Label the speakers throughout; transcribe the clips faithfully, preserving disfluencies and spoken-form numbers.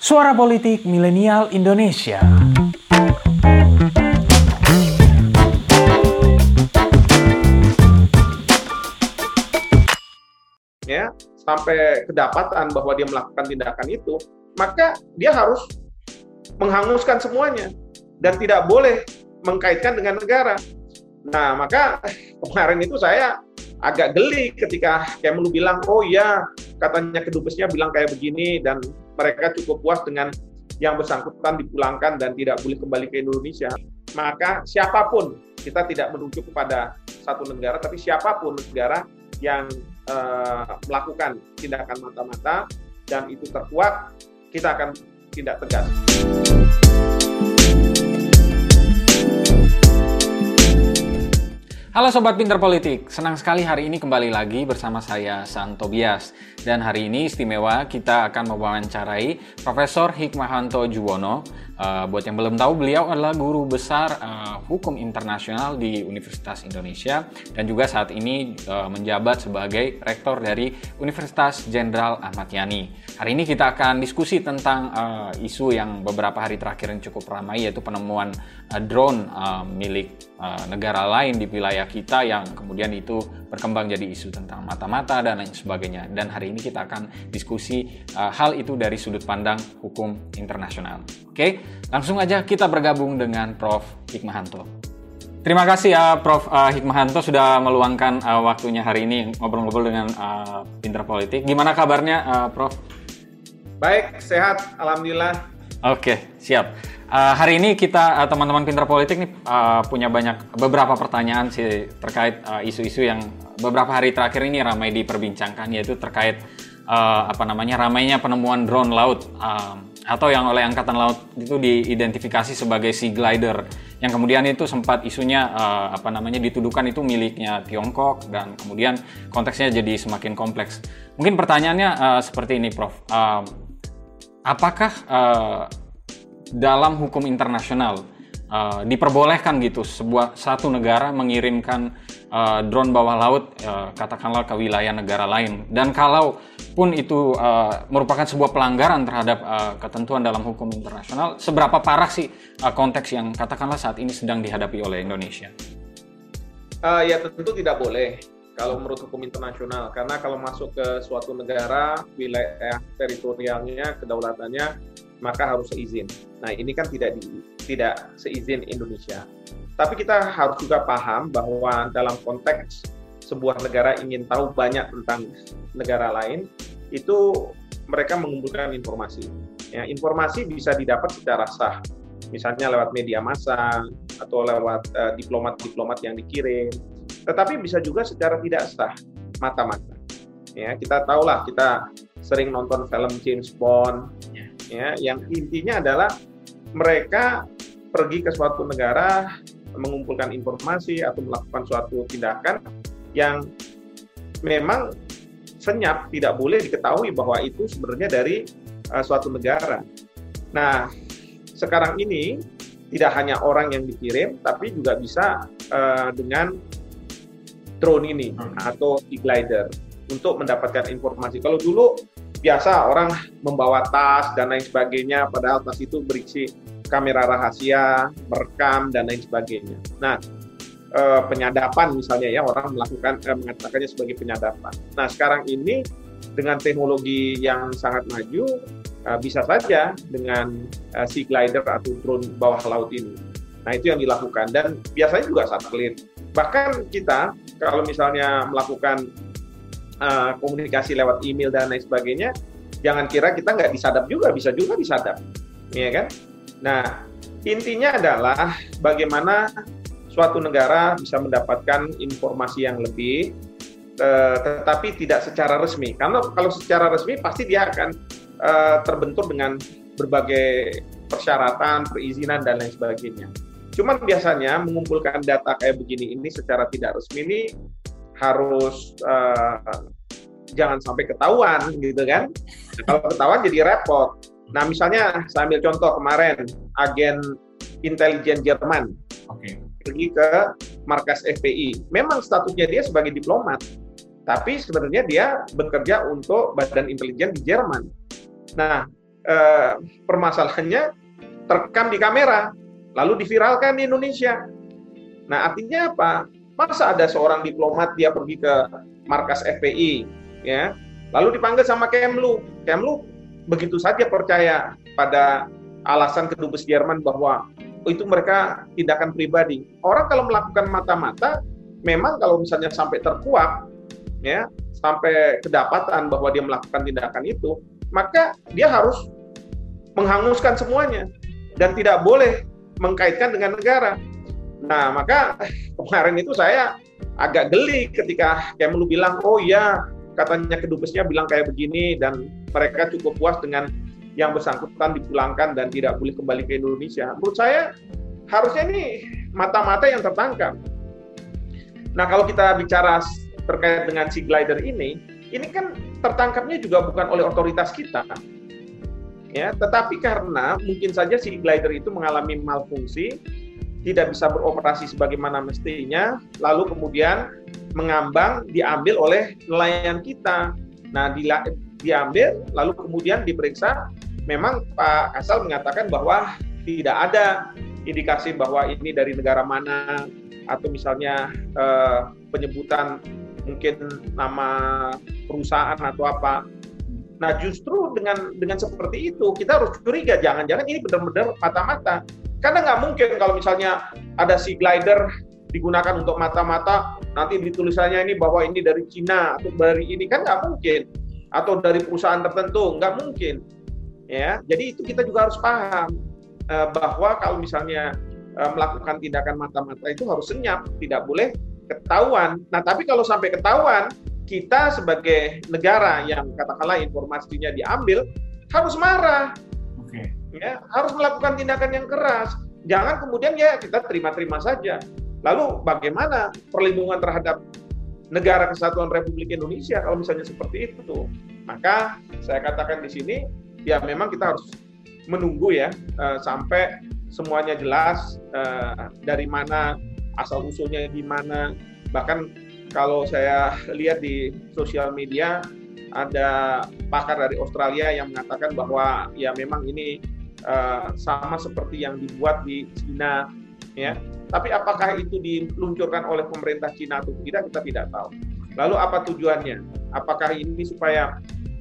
Speaker 1: Suara Politik Milenial Indonesia.
Speaker 2: Ya, sampai kedapatan bahwa dia melakukan tindakan itu, maka dia harus menghanguskan semuanya dan tidak boleh mengkaitkan dengan negara. Nah, maka kemarin itu saya agak geli ketika Kemlu bilang, oh iya, katanya kedubesnya bilang kayak begini, dan mereka cukup puas dengan yang bersangkutan dipulangkan dan tidak boleh kembali ke Indonesia. Maka siapapun, kita tidak merujuk kepada satu negara, tapi siapapun negara yang uh, melakukan tindakan mata-mata dan itu terkuat, kita akan tindak tegas.
Speaker 1: Halo Sobat Pinter Politik, senang sekali hari ini kembali lagi bersama saya San Tobias. Dan hari ini istimewa kita akan mewawancarai Profesor Hikmahanto Juwono. Uh, buat yang belum tahu, beliau adalah guru besar uh, hukum internasional di Universitas Indonesia dan juga saat ini uh, menjabat sebagai rektor dari Universitas Jenderal Ahmad Yani. Hari ini kita akan diskusi tentang uh, isu yang beberapa hari terakhir yang cukup ramai, yaitu penemuan uh, drone uh, milik uh, negara lain di wilayah kita yang kemudian itu berkembang jadi isu tentang mata-mata dan lain sebagainya. Dan hari ini kita akan diskusi uh, hal itu dari sudut pandang hukum internasional. Oke, langsung aja kita bergabung dengan Profesor Hikmahanto. Terima kasih ya Profesor uh, Hikmahanto sudah meluangkan uh, waktunya hari ini ngobrol-ngobrol dengan uh, Pinter Politik. Gimana kabarnya uh, Prof?
Speaker 2: Baik, sehat, alhamdulillah.
Speaker 1: Oke, siap. Uh, hari ini kita uh, teman-teman Pinter Politik nih uh, punya banyak beberapa pertanyaan sih terkait uh, isu-isu yang beberapa hari terakhir ini ramai diperbincangkan, yaitu terkait uh, apa namanya ramainya penemuan drone laut uh, atau yang oleh Angkatan Laut itu diidentifikasi sebagai Sea Glider, yang kemudian itu sempat isunya uh, apa namanya dituduhkan itu miliknya Tiongkok, dan kemudian konteksnya jadi semakin kompleks. Mungkin pertanyaannya uh, seperti ini, Prof. Uh, apakah uh, dalam hukum internasional uh, diperbolehkan gitu sebuah satu negara mengirimkan uh, drone bawah laut uh, katakanlah ke wilayah negara lain, dan kalau pun itu uh, merupakan sebuah pelanggaran terhadap uh, ketentuan dalam hukum internasional, seberapa parah sih uh, konteks yang katakanlah saat ini sedang dihadapi oleh Indonesia?
Speaker 2: Uh, ya tentu tidak boleh kalau menurut hukum internasional, karena kalau masuk ke suatu negara, wilayah teritorialnya, kedaulatannya, maka harus seizin. Nah, ini kan tidak di, tidak seizin Indonesia. Tapi kita harus juga paham bahwa dalam konteks sebuah negara ingin tahu banyak tentang negara lain, itu mereka mengumpulkan informasi. Ya, informasi bisa didapat secara sah, misalnya lewat media massa atau lewat uh, diplomat-diplomat yang dikirim. Tetapi bisa juga secara tidak sah, mata-mata. Ya, kita tahulah, kita sering nonton film James Bond, ya, yang intinya adalah mereka pergi ke suatu negara, mengumpulkan informasi atau melakukan suatu tindakan yang memang senyap, tidak boleh diketahui bahwa itu sebenarnya dari uh, suatu negara. Nah, sekarang ini tidak hanya orang yang dikirim, tapi juga bisa uh, dengan drone ini atau Sea Glider untuk mendapatkan informasi. Kalau dulu biasa orang membawa tas dan lain sebagainya, padahal tas itu berisi kamera rahasia, merekam dan lain sebagainya. Nah, eh, penyadapan misalnya ya, orang melakukan eh, mengatakannya sebagai penyadapan. Nah, sekarang ini dengan teknologi yang sangat maju, eh, bisa saja dengan eh, Sea Glider atau drone bawah laut ini. Nah, itu yang dilakukan, dan biasanya juga satelit. Bahkan kita kalau misalnya melakukan Uh, komunikasi lewat email dan lain sebagainya, jangan kira kita nggak disadap juga, bisa juga disadap, ya kan? Nah, intinya adalah bagaimana suatu negara bisa mendapatkan informasi yang lebih, uh, tetapi tidak secara resmi. Karena kalau secara resmi pasti dia akan uh, terbentur dengan berbagai persyaratan, perizinan dan lain sebagainya. Cuman biasanya mengumpulkan data kayak begini ini secara tidak resmi ini harus uh, jangan sampai ketahuan gitu kan. Kalau ketahuan jadi repot. Nah, misalnya saya ambil contoh kemarin, agen intelijen Jerman okay. pergi ke markas F P I. Memang statusnya dia sebagai diplomat, tapi sebenarnya dia bekerja untuk badan intelijen di Jerman. Nah, eh, permasalahannya terekam di kamera, lalu diviralkan di Indonesia. Nah, artinya apa? Masa ada seorang diplomat dia pergi ke markas F P I, ya, lalu dipanggil sama Kemlu. Kemlu begitu saja percaya pada alasan kedubes Jerman bahwa oh, itu mereka tindakan pribadi. Orang kalau melakukan mata-mata, memang kalau misalnya sampai terkuak, ya, sampai kedapatan bahwa dia melakukan tindakan itu, maka dia harus menghanguskan semuanya dan tidak boleh mengkaitkan dengan negara. Nah, maka kemarin itu saya agak geli ketika Kemlu bilang, oh ya, katanya kedubesnya bilang kayak begini, dan mereka cukup puas dengan yang bersangkutan dipulangkan dan tidak boleh kembali ke Indonesia. Menurut saya, harusnya ini mata-mata yang tertangkap. Nah, kalau kita bicara terkait dengan Sea Glider ini, ini kan tertangkapnya juga bukan oleh otoritas kita. Ya, tetapi karena mungkin saja Sea Glider itu mengalami malfungsi, tidak bisa beroperasi sebagaimana mestinya, lalu kemudian mengambang, diambil oleh nelayan kita. Nah, di, diambil, lalu kemudian diperiksa, memang Pak Kasal mengatakan bahwa tidak ada indikasi bahwa ini dari negara mana, atau misalnya eh, penyebutan mungkin nama perusahaan atau apa. Nah, justru dengan dengan seperti itu kita harus curiga, jangan-jangan ini benar-benar mata-mata. Karena nggak mungkin kalau misalnya ada Sea Glider digunakan untuk mata-mata, nanti ditulisannya ini bahwa ini dari Cina atau dari ini, kan nggak mungkin. Atau dari perusahaan tertentu, nggak mungkin. Ya, jadi itu kita juga harus paham eh, bahwa kalau misalnya eh, melakukan tindakan mata-mata itu harus senyap, tidak boleh ketahuan. Nah, tapi kalau sampai ketahuan, kita sebagai negara yang katakanlah informasinya diambil, harus marah.
Speaker 1: Oke.
Speaker 2: Ya, harus melakukan tindakan yang keras. Jangan kemudian ya kita terima-terima saja. Lalu bagaimana perlindungan terhadap negara kesatuan Republik Indonesia kalau misalnya seperti itu? Maka saya katakan di sini, ya memang kita harus menunggu ya uh, sampai semuanya jelas, uh, dari mana asal-usulnya, di mana. Bahkan kalau saya lihat di sosial media, ada pakar dari Australia yang mengatakan bahwa ya memang ini uh, sama seperti yang dibuat di Cina, ya. Tapi apakah itu diluncurkan oleh pemerintah Cina atau tidak, kita tidak tahu. Lalu apa tujuannya? Apakah ini supaya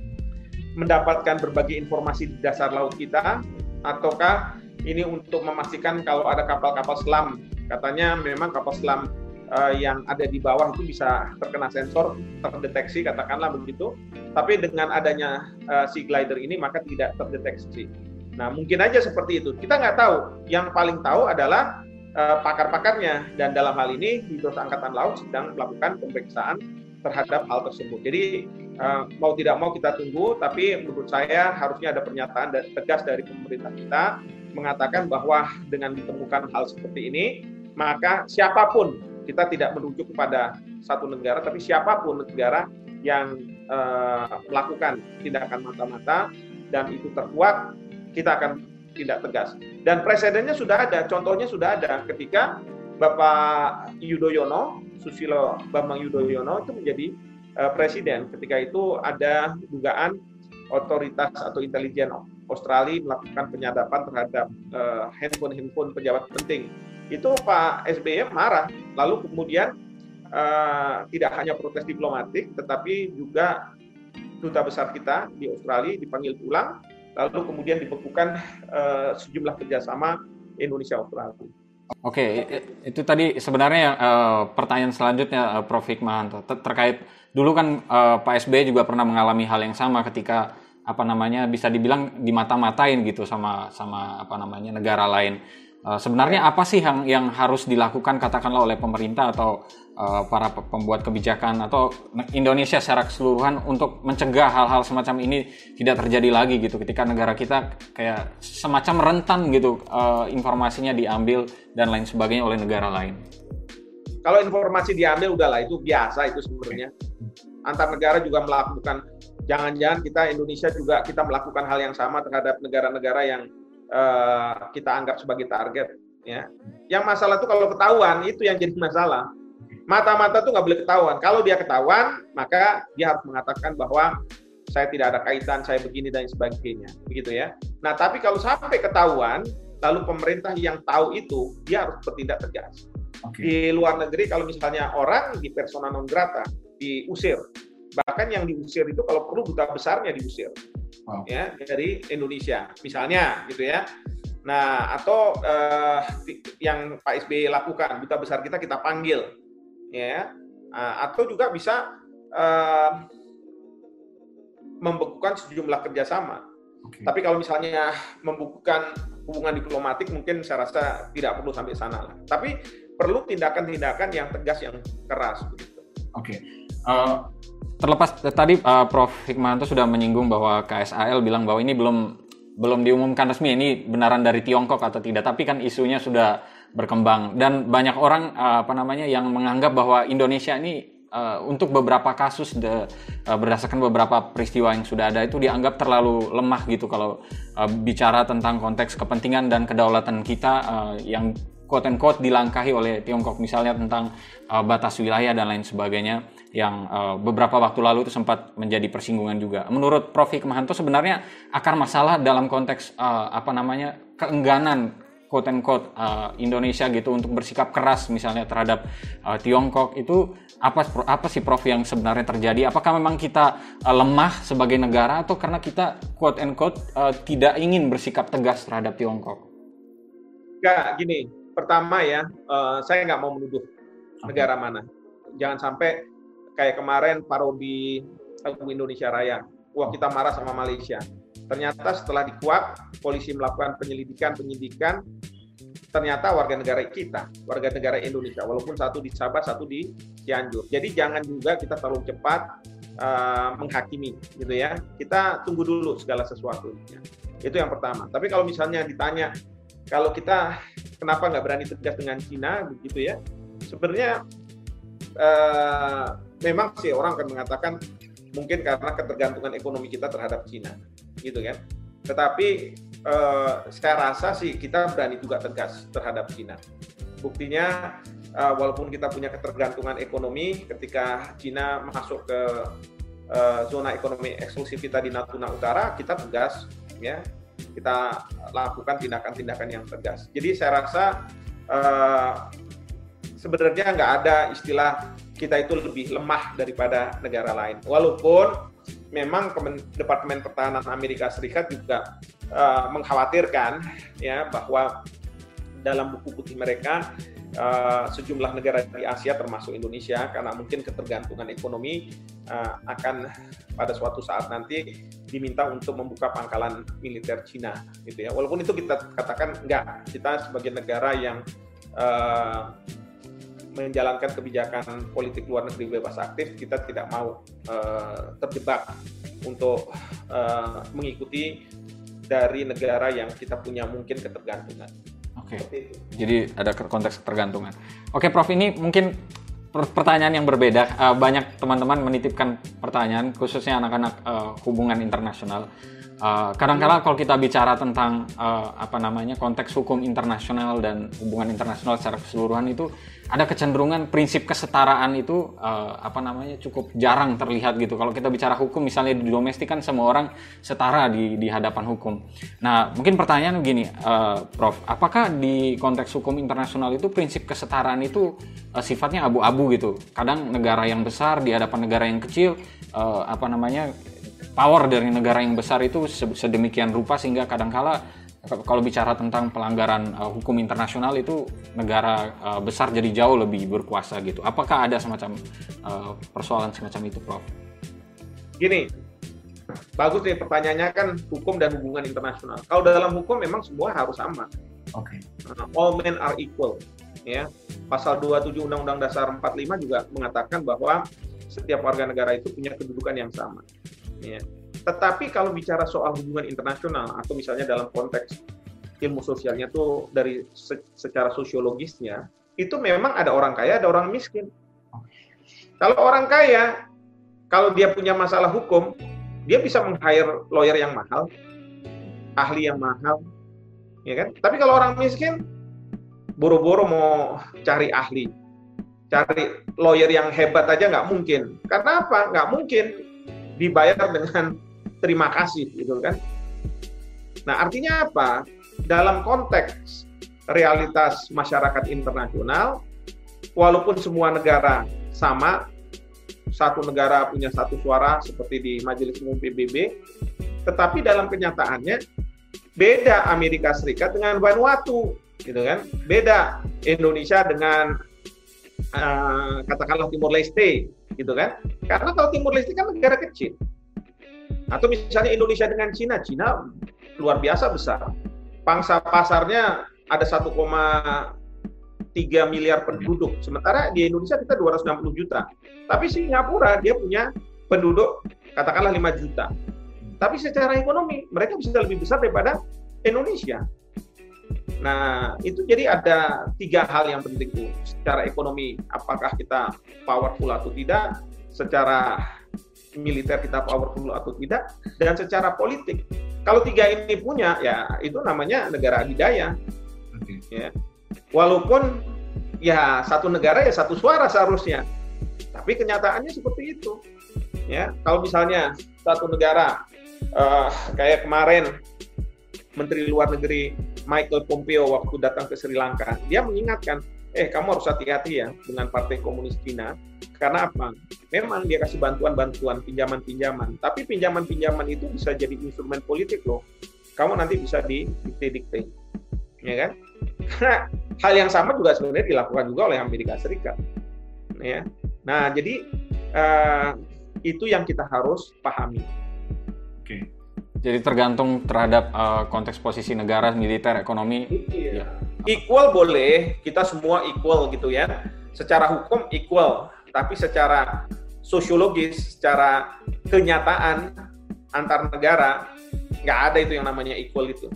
Speaker 2: mendapatkan berbagai informasi di dasar laut kita, ataukah ini untuk memastikan kalau ada kapal-kapal selam? Katanya memang kapal selam Uh, yang ada di bawah itu bisa terkena sensor, terdeteksi, katakanlah begitu. Tapi dengan adanya uh, Sea Glider ini maka tidak terdeteksi. Nah, mungkin aja seperti itu. Kita nggak tahu. Yang paling tahu adalah uh, pakar-pakarnya. Dan dalam hal ini Hidros Angkatan Laut sedang melakukan pemeriksaan terhadap hal tersebut. Jadi uh, mau tidak mau kita tunggu. Tapi menurut saya harusnya ada pernyataan tegas dari pemerintah kita mengatakan bahwa dengan ditemukan hal seperti ini, maka siapapun, kita tidak merujuk kepada satu negara, tapi siapapun negara yang uh, melakukan tindakan mata-mata dan itu terkuak, kita akan tindak tegas. Dan presidennya sudah ada, contohnya sudah ada ketika Bapak Yudhoyono, Susilo Bambang Yudhoyono itu menjadi uh, presiden. Ketika itu ada dugaan otoritas atau intelijen Australia melakukan penyadapan terhadap uh, handphone-handphone pejabat penting. Itu Pak S B Y marah, lalu kemudian uh, tidak hanya protes diplomatik, tetapi juga duta besar kita di Australia dipanggil pulang, lalu kemudian dibekukan uh, sejumlah kerjasama Indonesia-Australia.
Speaker 1: Oke, itu tadi sebenarnya uh, pertanyaan selanjutnya, uh, Prof Hikmahanto, Ter- terkait dulu kan uh, Pak S B Y juga pernah mengalami hal yang sama ketika apa namanya bisa dibilang dimata-matain gitu sama sama apa namanya negara lain. Uh, sebenarnya apa sih yang yang harus dilakukan katakanlah oleh pemerintah atau uh, para pembuat kebijakan atau Indonesia secara keseluruhan untuk mencegah hal-hal semacam ini tidak terjadi lagi gitu ketika negara kita kayak semacam rentan gitu uh, informasinya diambil dan lain sebagainya oleh negara lain.
Speaker 2: Kalau informasi diambil udahlah itu biasa itu sebenarnya. Antar negara juga melakukan, jangan-jangan kita Indonesia juga kita melakukan hal yang sama terhadap negara-negara yang Uh, kita anggap sebagai target, ya. Yang masalah itu kalau ketahuan, itu yang jadi masalah. Mata-mata tuh nggak boleh ketahuan. Kalau dia ketahuan, maka dia harus mengatakan bahwa saya tidak ada kaitan, saya begini dan sebagainya, begitu ya. Nah, tapi kalau sampai ketahuan, lalu pemerintah yang tahu itu, dia harus bertindak tegas. Okay. Di luar negeri, kalau misalnya orang di persona non grata, diusir. Bahkan yang diusir itu kalau perlu duta besarnya diusir. Wow. Ya, dari Indonesia, misalnya, gitu ya. Nah, atau uh, yang Pak S B Y lakukan, duta besar kita kita panggil, ya. Uh, atau juga bisa uh, membekukan sejumlah kerjasama. Okay. Tapi kalau misalnya membukukan hubungan diplomatik, mungkin saya rasa tidak perlu sampai sana lah. Tapi perlu tindakan-tindakan yang tegas, yang keras. Begitu.
Speaker 1: Oke. Okay. Uh, terlepas tadi uh, Profesor Hikmahanto sudah menyinggung bahwa K S A L bilang bahwa ini belum belum diumumkan resmi, ini benaran dari Tiongkok atau tidak. Tapi kan isunya sudah berkembang dan banyak orang uh, apa namanya yang menganggap bahwa Indonesia ini Uh, untuk beberapa kasus de, uh, berdasarkan beberapa peristiwa yang sudah ada itu dianggap terlalu lemah gitu kalau uh, bicara tentang konteks kepentingan dan kedaulatan kita uh, yang quote and quote dilangkahi oleh Tiongkok, misalnya tentang uh, batas wilayah dan lain sebagainya yang uh, beberapa waktu lalu itu sempat menjadi persinggungan juga. Menurut Profesor Hikmahanto sebenarnya akar masalah dalam konteks uh, apa namanya keengganan quote and quote uh, Indonesia gitu untuk bersikap keras misalnya terhadap uh, Tiongkok itu apa apa sih Prof yang sebenarnya terjadi? Apakah memang kita uh, lemah sebagai negara atau karena kita quote and quote uh, tidak ingin bersikap tegas terhadap Tiongkok?
Speaker 2: Enggak, gini. Pertama ya, uh, saya nggak mau menuduh okay. negara mana. Jangan sampai kayak kemarin parodi lagu Indonesia Raya. Wah, kita marah sama Malaysia. Ternyata setelah dikuak, polisi melakukan penyelidikan, penyidikan, ternyata warga negara kita, warga negara Indonesia, walaupun satu di Sabah, satu di Cianjur. Jadi jangan juga kita terlalu cepat uh, menghakimi, gitu ya. Kita tunggu dulu segala sesuatunya. Itu yang pertama. Tapi kalau misalnya ditanya, kalau kita kenapa nggak berani tegas dengan Cina, begitu ya? Sebenarnya uh, memang sih orang akan mengatakan mungkin karena ketergantungan ekonomi kita terhadap Cina, gitu kan. Tetapi eh, saya rasa sih kita berani juga tegas terhadap Cina. Buktinya eh, walaupun kita punya ketergantungan ekonomi, ketika Cina masuk ke eh, zona ekonomi eksklusif kita di Natuna Utara, kita tegas, ya, kita lakukan tindakan-tindakan yang tegas. Jadi saya rasa eh, sebenarnya nggak ada istilah kita itu lebih lemah daripada negara lain. Walaupun memang Departemen Pertahanan Amerika Serikat juga uh, mengkhawatirkan ya bahwa dalam buku putih mereka uh, sejumlah negara di Asia termasuk Indonesia karena mungkin ketergantungan ekonomi uh, akan pada suatu saat nanti diminta untuk membuka pangkalan militer Cina gitu ya. Walaupun itu kita katakan enggak, kita sebagai negara yang uh, menjalankan kebijakan politik luar negeri bebas aktif, kita tidak mau uh, terjebak untuk uh, mengikuti dari negara yang kita punya mungkin ketergantungan.
Speaker 1: Oke, okay. Jadi ada konteks ketergantungan. Oke, okay, Prof, ini mungkin pertanyaan yang berbeda. Uh, banyak teman-teman menitipkan pertanyaan, khususnya anak-anak uh, hubungan internasional. Uh, kadang-kala kalau kita bicara tentang uh, apa namanya konteks hukum internasional dan hubungan internasional secara keseluruhan itu ada kecenderungan prinsip kesetaraan itu uh, apa namanya cukup jarang terlihat gitu. Kalau kita bicara hukum misalnya di domestik kan semua orang setara di di hadapan hukum. Nah, mungkin pertanyaan begini, uh, Prof, apakah di konteks hukum internasional itu prinsip kesetaraan itu uh, sifatnya abu-abu gitu? Kadang negara yang besar di hadapan negara yang kecil uh, apa namanya power dari negara yang besar itu sedemikian rupa sehingga kadangkala kalau bicara tentang pelanggaran uh, hukum internasional itu negara uh, besar jadi jauh lebih berkuasa gitu. Apakah ada semacam uh, persoalan semacam itu, Prof?
Speaker 2: Gini, bagus nih pertanyaannya kan hukum dan hubungan internasional. Kalau dalam hukum memang semua harus sama.
Speaker 1: Oke. Okay.
Speaker 2: Uh, all men are equal. Ya, pasal dua puluh tujuh Undang-Undang Dasar empat puluh lima juga mengatakan bahwa setiap warga negara itu punya kedudukan yang sama. Ya. Tetapi kalau bicara soal hubungan internasional atau misalnya dalam konteks ilmu sosialnya tuh dari se- secara sosiologisnya itu memang ada orang kaya, ada orang miskin. Kalau orang kaya, kalau dia punya masalah hukum, dia bisa meng-hire lawyer yang mahal, ahli yang mahal, ya kan? Tapi kalau orang miskin, boro-boro mau cari ahli, cari lawyer yang hebat aja nggak mungkin. Karena apa? Nggak mungkin. dibayar dengan terima kasih, gitu kan. Nah, artinya apa? Dalam konteks realitas masyarakat internasional, walaupun semua negara sama, satu negara punya satu suara seperti di Majelis Umum P B B, tetapi dalam kenyataannya beda Amerika Serikat dengan Vanuatu, gitu kan? Beda Indonesia dengan uh, katakanlah Timor Leste, gitu kan? Karena kalau Timor Leste kan negara kecil. Atau misalnya Indonesia dengan Cina, Cina luar biasa besar. Pangsa pasarnya ada satu koma tiga miliar penduduk. Sementara di Indonesia kita dua ratus enam puluh juta. Tapi Singapura dia punya penduduk katakanlah lima juta. Tapi secara ekonomi mereka bisa lebih besar daripada Indonesia. Nah, itu jadi ada tiga hal yang penting tuh. Secara ekonomi, apakah kita powerful atau tidak? Secara militer kita powerful atau tidak? Dan secara politik. Kalau tiga ini punya, ya itu namanya negara adidaya. Okay. Ya. Walaupun ya satu negara ya satu suara seharusnya. Tapi kenyataannya seperti itu. Ya, kalau misalnya satu negara uh, kayak kemarin Menteri Luar Negeri Michael Pompeo waktu datang ke Sri Lanka, dia mengingatkan, eh kamu harus hati-hati ya dengan Partai Komunis Cina, karena apa? Memang dia kasih bantuan-bantuan, pinjaman-pinjaman, tapi pinjaman-pinjaman itu bisa jadi instrumen politik loh. Kamu nanti bisa didikte-dikte, ya kan? Karena hal yang sama juga sebenarnya dilakukan juga oleh Amerika Serikat, ya. Nah, jadi uh, itu yang kita harus pahami.
Speaker 1: Oke. Jadi tergantung terhadap uh, konteks posisi negara, militer, ekonomi.
Speaker 2: Iya. Ya. Equal boleh, kita semua equal gitu ya. Secara hukum equal, tapi secara sosiologis, secara kenyataan antar negara nggak ada itu yang namanya equal itu.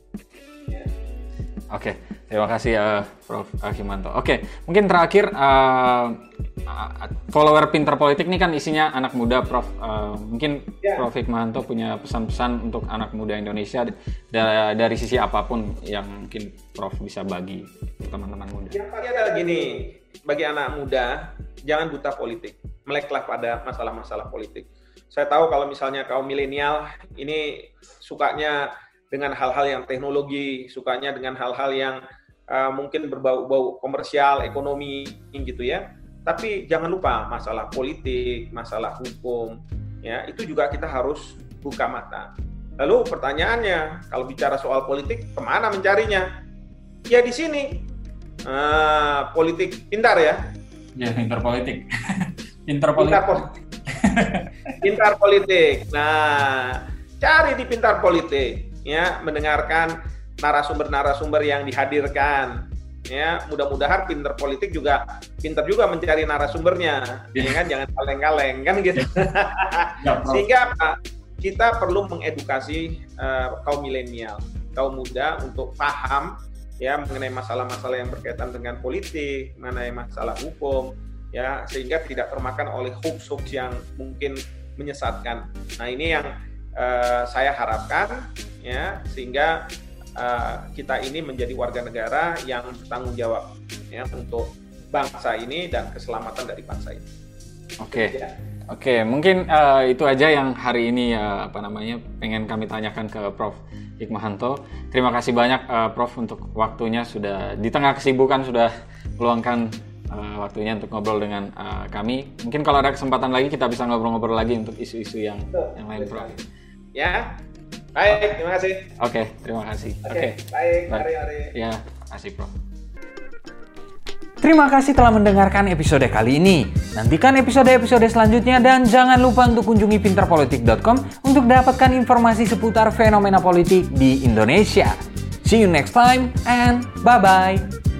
Speaker 1: Oke, terima kasih uh, Prof Hikmahanto. Oke, mungkin terakhir uh, follower Pinter Politik ini kan isinya anak muda, Prof. Uh, mungkin ya. Prof Hikmahanto punya pesan-pesan untuk anak muda Indonesia da- dari sisi apapun yang mungkin Prof bisa bagi teman-teman muda.
Speaker 2: Yang pasti adalah gini, bagi anak muda jangan buta politik, meleklah pada masalah-masalah politik. Saya tahu kalau misalnya kaum milenial ini sukanya dengan hal-hal yang teknologi, sukanya dengan hal-hal yang uh, mungkin berbau-bau komersial, ekonomi, gitu ya. Tapi jangan lupa masalah politik, masalah hukum, ya itu juga kita harus buka mata. Lalu pertanyaannya, kalau bicara soal politik, kemana mencarinya? Ya di sini, uh, politik pintar ya.
Speaker 1: Ya pintar politik. pintar politik.
Speaker 2: Pintar politik. Pintar politik. Nah, cari di Pintar Politik. Ya, mendengarkan narasumber-narasumber yang dihadirkan. Ya, mudah-mudahan Pinter Politik juga pinter juga mencari narasumbernya. Yeah. Ya kan, jangan kaleng-kaleng kan gitu. Yeah, sehingga apa? Kita perlu mengedukasi uh, kaum milenial, kaum muda untuk paham ya mengenai masalah-masalah yang berkaitan dengan politik, mengenai masalah hukum, ya sehingga tidak termakan oleh hoax-hoax yang mungkin menyesatkan. Nah, ini yang uh, saya harapkan. Ya, sehingga uh, kita ini menjadi warga negara yang bertanggung jawab ya untuk bangsa ini dan keselamatan dari bangsa ini.
Speaker 1: Oke, ya. Oke, mungkin uh, itu aja yang hari ini uh, apa namanya pengen kami tanyakan ke Prof Hikmahanto. Terima kasih banyak uh, Prof untuk waktunya, sudah di tengah kesibukan sudah meluangkan uh, waktunya untuk ngobrol dengan uh, kami. Mungkin kalau ada kesempatan lagi kita bisa ngobrol-ngobrol lagi untuk isu-isu yang Betul. yang lain, Prof.
Speaker 2: Ya. Baik, terima kasih.
Speaker 1: Oke, terima kasih.
Speaker 2: Oke, okay, baik, mari-mari.
Speaker 1: Ya, kasih, Prof.
Speaker 3: Terima kasih telah mendengarkan episode kali ini. Nantikan episode-episode selanjutnya dan jangan lupa untuk kunjungi pinter politik dot com untuk dapatkan informasi seputar fenomena politik di Indonesia. See you next time and bye-bye.